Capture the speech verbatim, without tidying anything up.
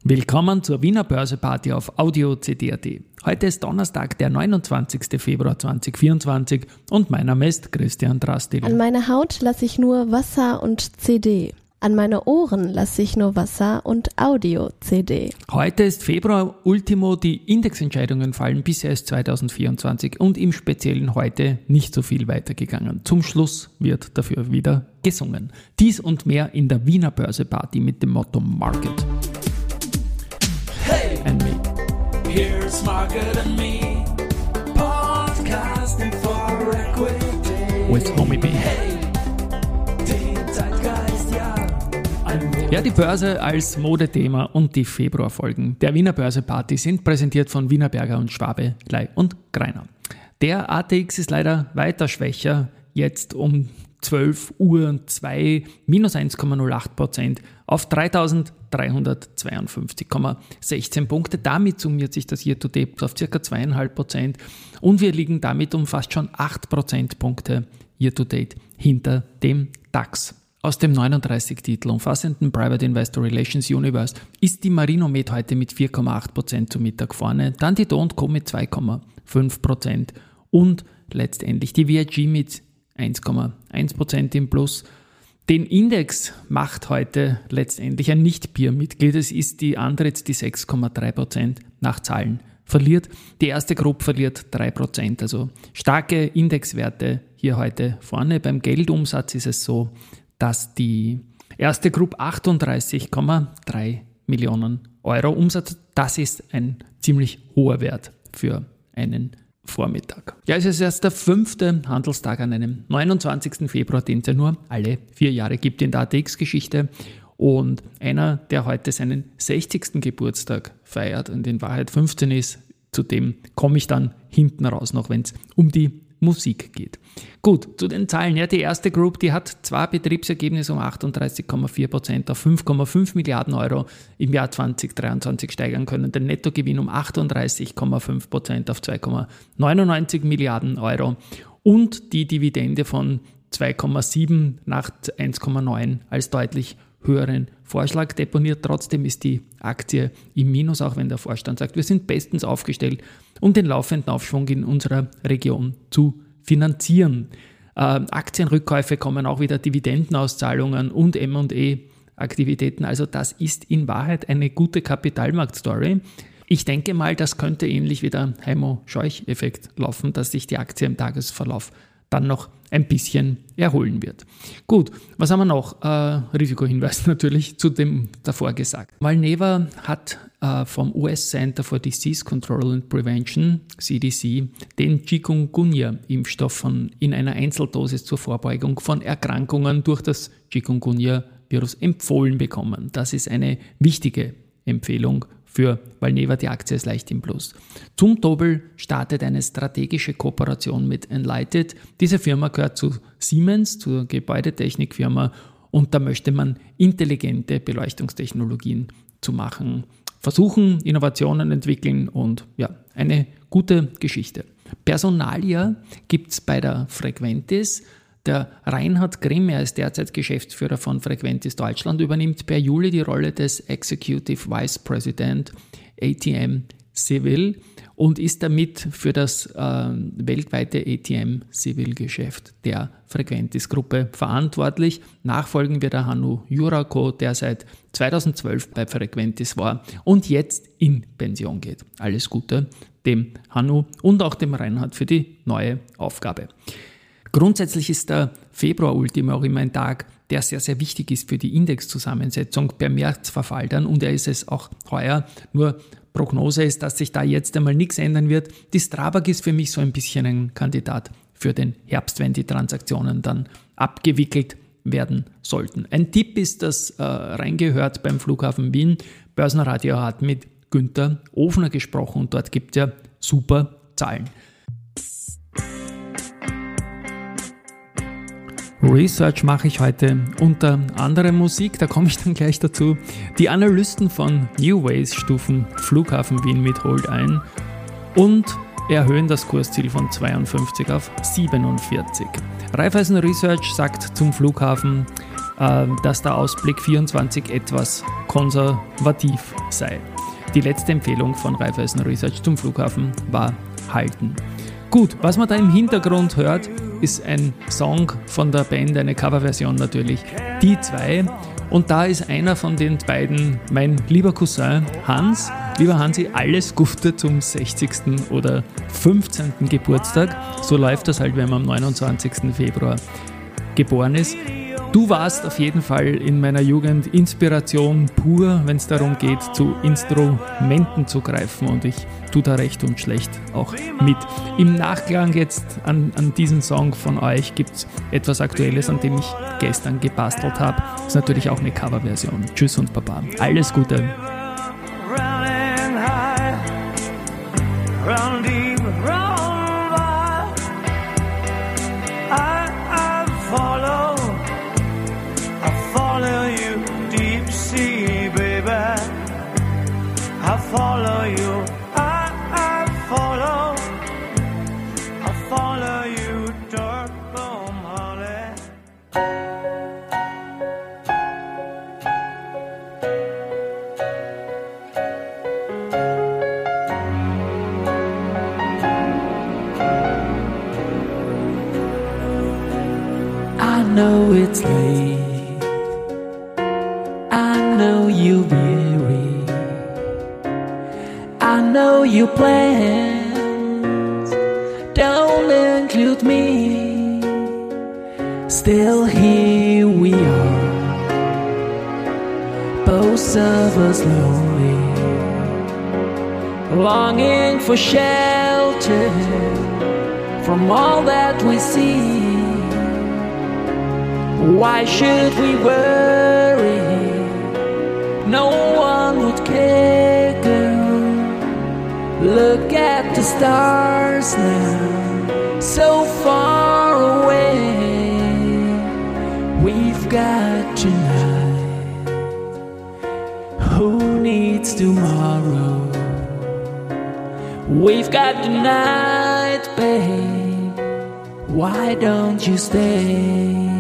Willkommen zur Wiener Börseparty auf Audio C D Punkt A T. Heute ist Donnerstag, der neunundzwanzigster Februar zweitausendvierundzwanzig und mein Name ist Christian Drastil. An meine Haut lasse ich nur Wasser und C D. An meine Ohren lasse ich nur Wasser und Audio-C D. Heute ist Februar Ultimo, die Indexentscheidungen fallen bis erst zweitausendvierundzwanzig und im Speziellen heute nicht so viel weitergegangen. Zum Schluss wird dafür wieder gesungen. Dies und mehr in der Wiener Börseparty mit dem Motto Market. Hey, and me. Here's Market and Me, podcasting for equity. With Homie B. Hey, die Zeitgeist, ja. Ja, die Börse als Modethema und die Februarfolgen der Wiener Börseparty sind präsentiert von Wienerberger und Schwabe, Ley und Greiner. Der A T X ist leider weiter schwächer, jetzt um zwölf Uhr zwei, minus eins Komma null acht Prozent auf dreitausenddreihundertzweiundfünfzig Komma sechzehn Punkte. Damit summiert sich das Year-to-Date auf ca. zwei Komma fünf Prozent und wir liegen damit um fast schon acht Prozentpunkte Year-to-Date hinter dem DAX. Aus dem neununddreißig Titel umfassenden Private Investor Relations Universe ist die Marinomed heute mit vier Komma acht Prozent zum Mittag vorne, dann die Do und Co mit zwei Komma fünf Prozent und letztendlich die V I G mit eins Komma eins Prozent im Plus. Den Index macht heute letztendlich ein Nicht-Peer-Mitglied. Es ist die Andritz, die sechs Komma drei Prozent nach Zahlen verliert. Die erste Gruppe verliert drei Prozent. Also starke Indexwerte hier heute vorne. Beim Geldumsatz ist es so, dass die erste Gruppe achtunddreißig Komma drei Millionen Euro Umsatz, das ist ein ziemlich hoher Wert für einen Vormittag. Ja, es ist erst der fünfte Handelstag an einem neunundzwanzigsten Februar, den es ja nur alle vier Jahre gibt in der A T X-Geschichte. Und einer, der heute seinen sechzigsten Geburtstag feiert und in Wahrheit fünfzehn ist, zu dem komme ich dann hinten raus noch, wenn es um die Musik geht. Gut, zu den Zahlen. Ja, die erste Group, die hat zwar Betriebsergebnis um achtunddreißig Komma vier Prozent auf fünf Komma fünf Milliarden Euro im Jahr zweitausenddreiundzwanzig steigern können, den Nettogewinn um achtunddreißig Komma fünf Prozent auf zwei Komma neunundneunzig Milliarden Euro und die Dividende von zwei Komma sieben nach eins Komma neun als deutlich höheren Vorschlag deponiert. Trotzdem ist die Aktie im Minus, auch wenn der Vorstand sagt, wir sind bestens aufgestellt, um den laufenden Aufschwung in unserer Region zu finanzieren. Äh, Aktienrückkäufe kommen auch wieder, Dividendenauszahlungen und M und E-Aktivitäten. Also das ist in Wahrheit eine gute Kapitalmarktstory. Ich denke mal, das könnte ähnlich wie der Heimo-Scheuch-Effekt laufen, dass sich die Aktie im Tagesverlauf dann noch ein bisschen erholen wird. Gut, was haben wir noch? Äh, Risikohinweis natürlich zu dem davor gesagt. Valneva hat äh, vom U S Center for Disease Control and Prevention, C D C, den Chikungunya-Impfstoff von, in einer Einzeldosis zur Vorbeugung von Erkrankungen durch das Chikungunya-Virus empfohlen bekommen. Das ist eine wichtige Empfehlung für Valneva, die Aktie ist leicht im Plus. Zumtobel startet eine strategische Kooperation mit Enlighted. Diese Firma gehört zu Siemens, zur Gebäudetechnikfirma, und da möchte man intelligente Beleuchtungstechnologien zu machen, versuchen, Innovationen entwickeln und ja, eine gute Geschichte. Personalia gibt es bei der Frequentis. Der Reinhard Grimm, er ist derzeit Geschäftsführer von Frequentis Deutschland, übernimmt per Juli die Rolle des Executive Vice President A T M Civil und ist damit für das äh, weltweite A T M Civil Geschäft der Frequentis-Gruppe verantwortlich. Nachfolgen wird der Hannu Jurako, der seit zweitausendzwölf bei Frequentis war und jetzt in Pension geht. Alles Gute dem Hannu und auch dem Reinhard für die neue Aufgabe. Grundsätzlich ist der Februar-Ultimo auch immer ein Tag, der sehr, sehr wichtig ist für die Indexzusammensetzung. Per März verfallt dann und er ist es auch heuer. Nur Prognose ist, dass sich da jetzt einmal nichts ändern wird. Die Strabag ist für mich so ein bisschen ein Kandidat für den Herbst, wenn die Transaktionen dann abgewickelt werden sollten. Ein Tipp ist, das äh, reingehört beim Flughafen Wien. Börsenradio hat mit Günther Ofner gesprochen und dort gibt es ja super Zahlen. Research mache ich heute unter anderem Musik, da komme ich dann gleich dazu. Die Analysten von New Ways stufen Flughafen Wien mit Hold ein und erhöhen das Kursziel von zweiundfünfzig auf siebenundvierzig. Raiffeisen Research sagt zum Flughafen, äh, dass der Ausblick vierundzwanzig etwas konservativ sei. Die letzte Empfehlung von Raiffeisen Research zum Flughafen war halten. Gut, was man da im Hintergrund hört, ist ein Song von der Band, eine Coverversion natürlich, Die zwei. Und da ist einer von den beiden mein lieber Cousin Hans. Lieber Hansi, alles Gute zum sechzigsten oder fünfzehnten Geburtstag. So läuft das halt, wenn man am neunundzwanzigsten Februar geboren ist. Du warst auf jeden Fall in meiner Jugend Inspiration pur, wenn es darum geht, zu Instrumenten zu greifen, und ich tue da recht und schlecht auch mit. Im Nachklang jetzt an, an diesen Song von euch gibt es etwas Aktuelles, an dem ich gestern gebastelt habe. Ist natürlich auch eine Coverversion. Tschüss und Baba. Alles Gute. I follow you, I, I follow, I follow you, dark bomb Holly. I know it's late, I know you're weary, I know your plans don't include me. Still here we are, both of us lonely, longing for shelter from all that we see. Why should we worry? No one would care, girl. Look at the stars now, so far away. We've got tonight. Who needs tomorrow? We've got tonight, babe. Why don't you stay?